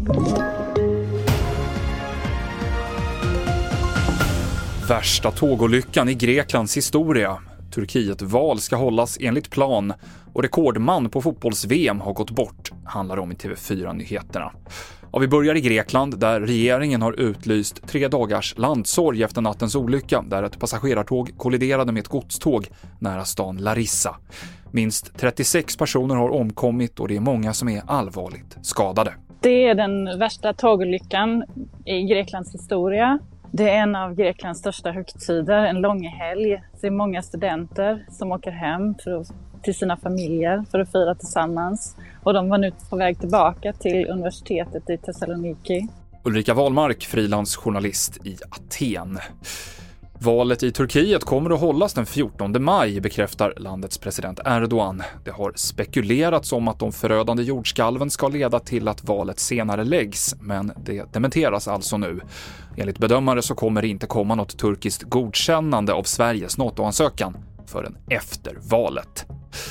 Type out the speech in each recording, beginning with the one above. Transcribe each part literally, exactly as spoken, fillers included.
Värsta tågolyckan i Greklands historia. Turkiet-val ska hållas enligt plan och rekordman på fotbolls-V M har gått bort, handlar om i T V fyra-nyheterna. Ja, vi börjar i Grekland där regeringen har utlyst tre dagars landsorg efter nattens olycka där ett passagerartåg kolliderade med ett godståg nära stan Larissa. Minst trettiosex personer har omkommit och det är många som är allvarligt skadade. Det är den värsta tågolyckan i Greklands historia. Det är en av Greklands största högtider, en lång helg. Det är många studenter som åker hem för att, till sina familjer för att fira tillsammans. Och de var nu på väg tillbaka till universitetet i Thessaloniki. Ulrika Wahlmark, frilansjournalist i Aten. Valet i Turkiet kommer att hållas den fjortonde maj, bekräftar landets president Erdogan. Det har spekulerats om att de förödande jordskalven ska leda till att valet senare läggs, men det dementeras alltså nu. Enligt bedömare så kommer det inte komma något turkiskt godkännande av Sveriges NATO-ansökan förrän efter valet.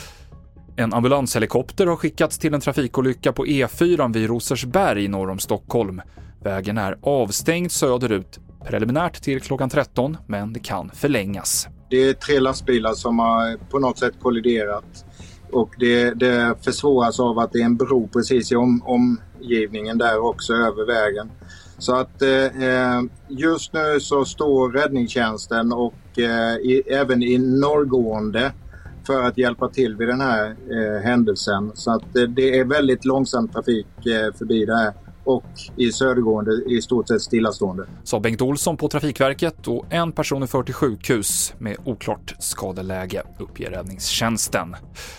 En ambulanshelikopter har skickats till en trafikolycka på E fyra vid Rosersberg norr om Stockholm. Vägen är avstängd söderut preliminärt till klockan tretton, men det kan förlängas. Det är tre lastbilar som har på något sätt kolliderat och det, det försvåras av att det är en bro precis i om, omgivningen där också över vägen. Så att eh, just nu så står räddningstjänsten och eh, i, även i norrgående för att hjälpa till vid den här eh, händelsen. Så att eh, det är väldigt långsam trafik eh, förbi det här. Och i södergående i stort sett stillastående. Sa Bengt Olsson på Trafikverket och en person är förd till sjukhus med oklart skadeläge, uppger räddningstjänsten.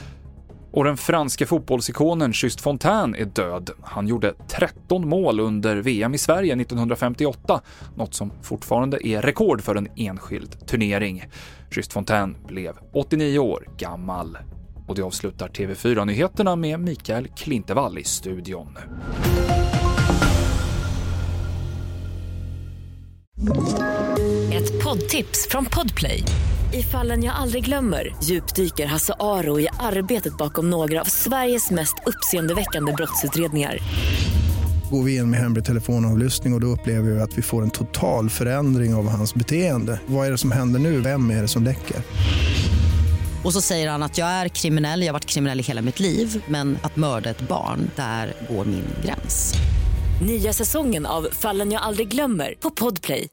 Och den franske fotbollsikonen Just Fontaine är död. Han gjorde tretton mål under V M i Sverige nittonhundrafemtioåtta, något som fortfarande är rekord för en enskild turnering. Just Fontaine blev åttionio år gammal. Och det avslutar T V fyra-nyheterna med Mikael Klintevall i studion. Ett poddtips från Podplay. I Fallen jag aldrig glömmer djupdyker Hasse Aro i arbetet bakom några av Sveriges mest uppseendeväckande brottsutredningar. Går vi in med hemlig telefonavlyssning och, och då upplever vi att vi får en total förändring av hans beteende. Vad är det som händer nu? Vem är det som läcker? Och så säger han att jag är kriminell, jag har varit kriminell i hela mitt liv. Men att mörda ett barn, där går min gräns. Nya säsongen av Fallen jag aldrig glömmer på Podplay.